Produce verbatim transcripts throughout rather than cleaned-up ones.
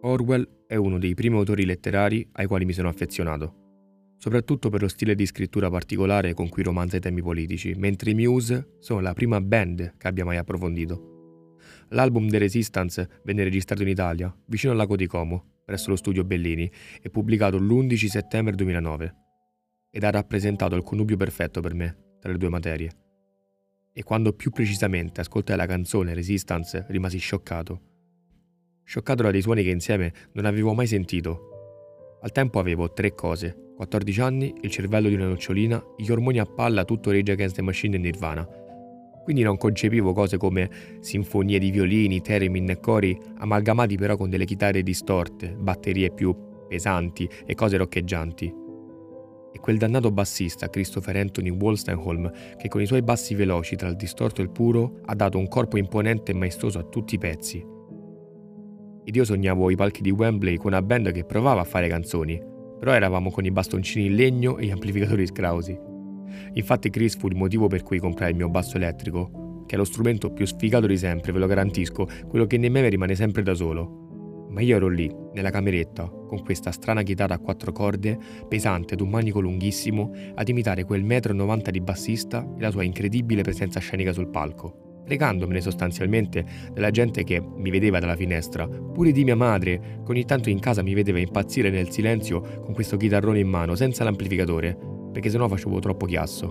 Orwell è uno dei primi autori letterari ai quali mi sono affezionato, soprattutto per lo stile di scrittura particolare con cui romanza i temi politici, mentre i Muse sono la prima band che abbia mai approfondito. L'album The Resistance venne registrato in Italia, vicino al lago di Como, presso lo studio Bellini, e pubblicato l'undici settembre duemilanove, ed ha rappresentato il connubio perfetto per me tra le due materie. E quando più precisamente ascoltai la canzone Resistance rimasi scioccato. Scioccato da dei suoni che insieme non avevo mai sentito. Al tempo avevo tre cose: quattordici anni, il cervello di una nocciolina, gli ormoni a palla, tutto Rage Against the Machine e Nirvana. Quindi non concepivo cose come sinfonie di violini, theremin e cori, amalgamati però con delle chitarre distorte, batterie più pesanti e cose roccheggianti. E quel dannato bassista, Christopher Anthony Wolstenholme, che con i suoi bassi veloci tra il distorto e il puro ha dato un corpo imponente e maestoso a tutti i pezzi. Ed io sognavo i palchi di Wembley con una band che provava a fare canzoni, però eravamo con i bastoncini in legno e gli amplificatori scrausi. Infatti Chris fu il motivo per cui comprai il mio basso elettrico, che è lo strumento più sfigato di sempre, ve lo garantisco, quello che nemmeno rimane sempre da solo. Ma io ero lì, nella cameretta, con questa strana chitarra a quattro corde, pesante ad un manico lunghissimo, ad imitare quel metro e novanta di bassista e la sua incredibile presenza scenica sul palco, regandomene sostanzialmente della gente che mi vedeva dalla finestra, pure di mia madre, che ogni tanto in casa mi vedeva impazzire nel silenzio con questo chitarrone in mano, senza l'amplificatore, perché sennò facevo troppo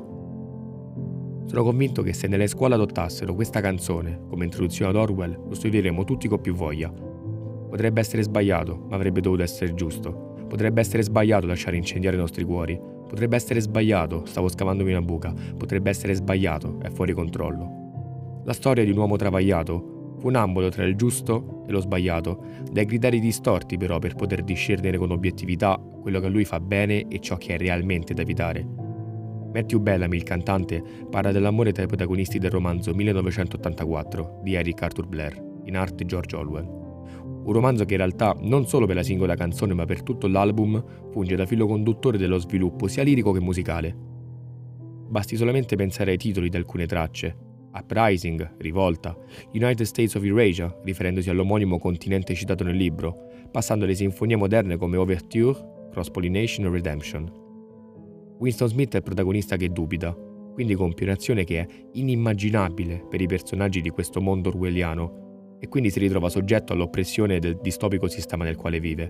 chiasso. Sono convinto che se nelle scuole adottassero questa canzone come introduzione ad Orwell, lo studieremo tutti con più voglia. Potrebbe essere sbagliato, ma avrebbe dovuto essere giusto. Potrebbe essere sbagliato lasciare incendiare i nostri cuori. Potrebbe essere sbagliato, stavo scavandomi una buca. Potrebbe essere sbagliato, è fuori controllo. La storia di un uomo travagliato, funambolo tra il giusto e lo sbagliato, dai criteri distorti però per poter discernere con obiettività quello che a lui fa bene e ciò che è realmente da evitare. Matthew Bellamy, il cantante, parla dell'amore tra i protagonisti del romanzo millenovecentottantaquattro di Eric Arthur Blair, in arte George Orwell. Un romanzo che in realtà, non solo per la singola canzone ma per tutto l'album, funge da filo conduttore dello sviluppo sia lirico che musicale. Basti solamente pensare ai titoli di alcune tracce: Uprising, rivolta, United States of Eurasia, riferendosi all'omonimo continente citato nel libro, passando alle sinfonie moderne come Overture, Cross Pollination e Redemption. Winston Smith è il protagonista che dubita, quindi compie un'azione che è inimmaginabile per i personaggi di questo mondo orwelliano e quindi si ritrova soggetto all'oppressione del distopico sistema nel quale vive.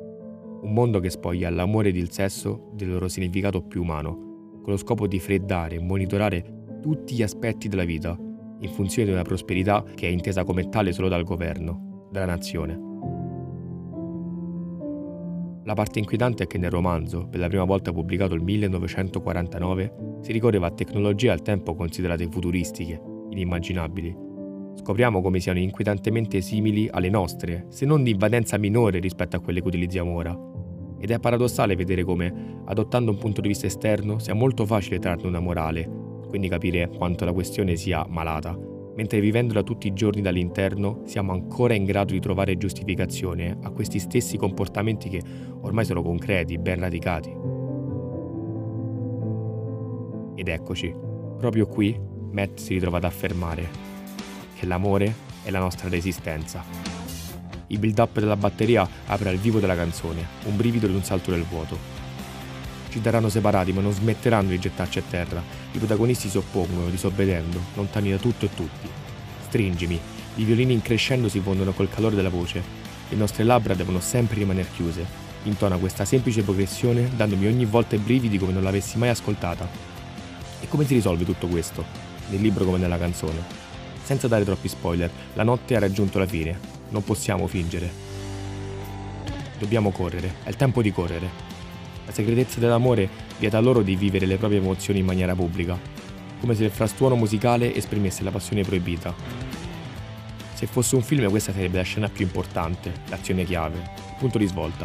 Un mondo che spoglia l'amore ed il sesso del loro significato più umano, con lo scopo di freddare e monitorare tutti gli aspetti della vita, in funzione di una prosperità che è intesa come tale solo dal governo, dalla nazione. La parte inquietante è che nel romanzo, per la prima volta pubblicato nel millenovecentoquarantanove, si ricorreva a tecnologie al tempo considerate futuristiche, inimmaginabili. Scopriamo come siano inquietantemente simili alle nostre, se non di invadenza minore rispetto a quelle che utilizziamo ora. Ed è paradossale vedere come, adottando un punto di vista esterno, sia molto facile trarne una morale, quindi capire quanto la questione sia malata, mentre vivendola tutti i giorni dall'interno siamo ancora in grado di trovare giustificazione a questi stessi comportamenti che ormai sono concreti, ben radicati. Ed eccoci, proprio qui Matt si ritrova ad affermare che l'amore è la nostra resistenza. Il build-up della batteria apre al vivo della canzone, un brivido ed un salto nel vuoto. Ci daranno separati, ma non smetteranno di gettarci a terra. I protagonisti si oppongono, disobbedendo, lontani da tutto e tutti. Stringimi, i violini in crescendo si fondono col calore della voce. Le nostre labbra devono sempre rimanere chiuse. Intona questa semplice progressione, dandomi ogni volta i brividi come non l'avessi mai ascoltata. E come si risolve tutto questo? Nel libro come nella canzone. Senza dare troppi spoiler, la notte ha raggiunto la fine. Non possiamo fingere. Dobbiamo correre, è il tempo di correre. La segretezza dell'amore vieta loro di vivere le proprie emozioni in maniera pubblica, come se il frastuono musicale esprimesse la passione proibita. Se fosse un film questa sarebbe la scena più importante, l'azione chiave, il punto di svolta.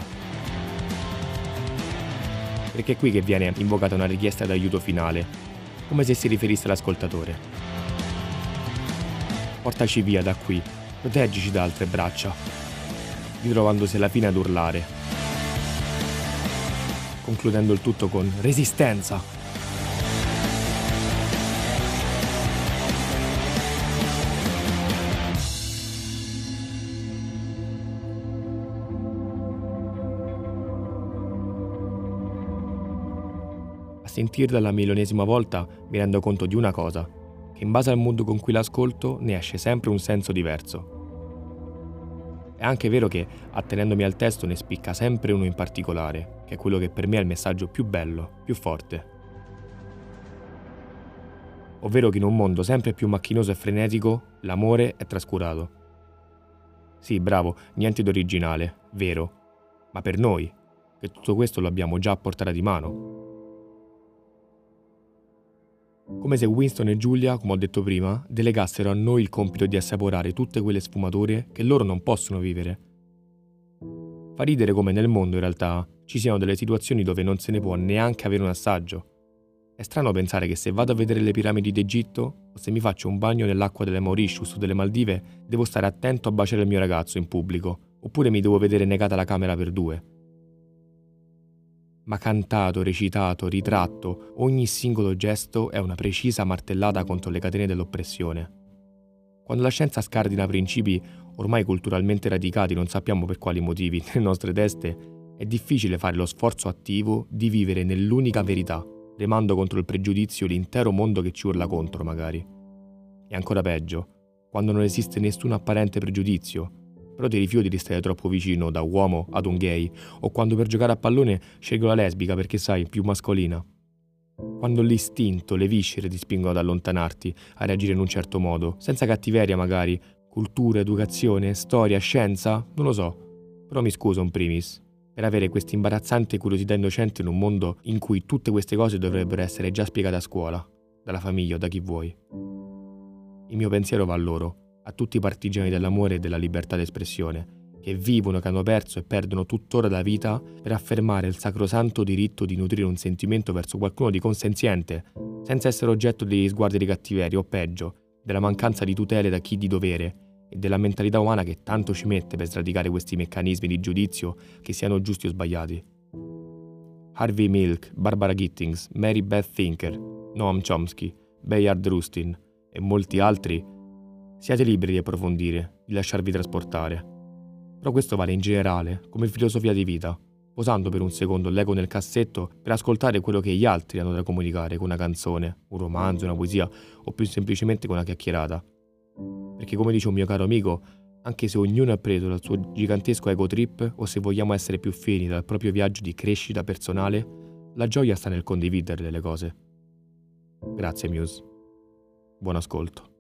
Perché è qui che viene invocata una richiesta d'aiuto finale, come se si riferisse all'ascoltatore. Portaci via da qui, proteggici da altre braccia, ritrovandosi alla fine ad urlare, concludendo il tutto con resistenza. sentirla la milionesima volta mi rendo conto di una cosa, che in base al mood con cui l'ascolto ne esce sempre un senso diverso. È anche vero che, attenendomi al testo, ne spicca sempre uno in particolare, che è quello che per me è il messaggio più bello, più forte. Ovvero che in un mondo sempre più macchinoso e frenetico, l'amore è trascurato. Sì, bravo, niente di originale, vero, ma per noi, che tutto questo lo abbiamo già a portata di mano. Come se Winston e Giulia, come ho detto prima, delegassero a noi il compito di assaporare tutte quelle sfumature che loro non possono vivere. Fa ridere come nel mondo, in realtà, ci siano delle situazioni dove non se ne può neanche avere un assaggio. È strano pensare che se vado a vedere le piramidi d'Egitto, o se mi faccio un bagno nell'acqua delle Mauritius o delle Maldive, devo stare attento a baciare il mio ragazzo in pubblico, oppure mi devo vedere negata la camera per due. Ma cantato, recitato, ritratto, ogni singolo gesto è una precisa martellata contro le catene dell'oppressione. Quando la scienza scardina principi ormai culturalmente radicati, non sappiamo per quali motivi, nelle nostre teste, è difficile fare lo sforzo attivo di vivere nell'unica verità, remando contro il pregiudizio l'intero mondo che ci urla contro, magari. E ancora peggio, quando non esiste nessun apparente pregiudizio, però ti rifiuti di stare troppo vicino da uomo ad un gay, o quando per giocare a pallone scelgo la lesbica perché sai, più mascolina. Quando l'istinto, le viscere ti spingono ad allontanarti, a reagire in un certo modo, senza cattiveria magari, cultura, educazione, storia, scienza, non lo so. Però mi scuso in primis, per avere questa imbarazzante curiosità innocente in un mondo in cui tutte queste cose dovrebbero essere già spiegate a scuola, dalla famiglia o da chi vuoi. Il mio pensiero va a loro, a tutti i partigiani dell'amore e della libertà d'espressione, che vivono, che hanno perso e perdono tuttora la vita per affermare il sacrosanto diritto di nutrire un sentimento verso qualcuno di consenziente, senza essere oggetto degli sguardi di cattiveria o peggio, della mancanza di tutele da chi di dovere e della mentalità umana che tanto ci mette per sradicare questi meccanismi di giudizio, che siano giusti o sbagliati. Harvey Milk, Barbara Gittings, Mary Beth Thinker, Noam Chomsky, Bayard Rustin e molti altri. Siate liberi di approfondire, di lasciarvi trasportare. Però questo vale in generale, come filosofia di vita, posando per un secondo l'ego nel cassetto per ascoltare quello che gli altri hanno da comunicare con una canzone, un romanzo, una poesia o più semplicemente con una chiacchierata. Perché come dice un mio caro amico, anche se ognuno è preso dal suo gigantesco ego trip o se vogliamo essere più fini dal proprio viaggio di crescita personale, la gioia sta nel condividere le cose. Grazie Muse. Buon ascolto.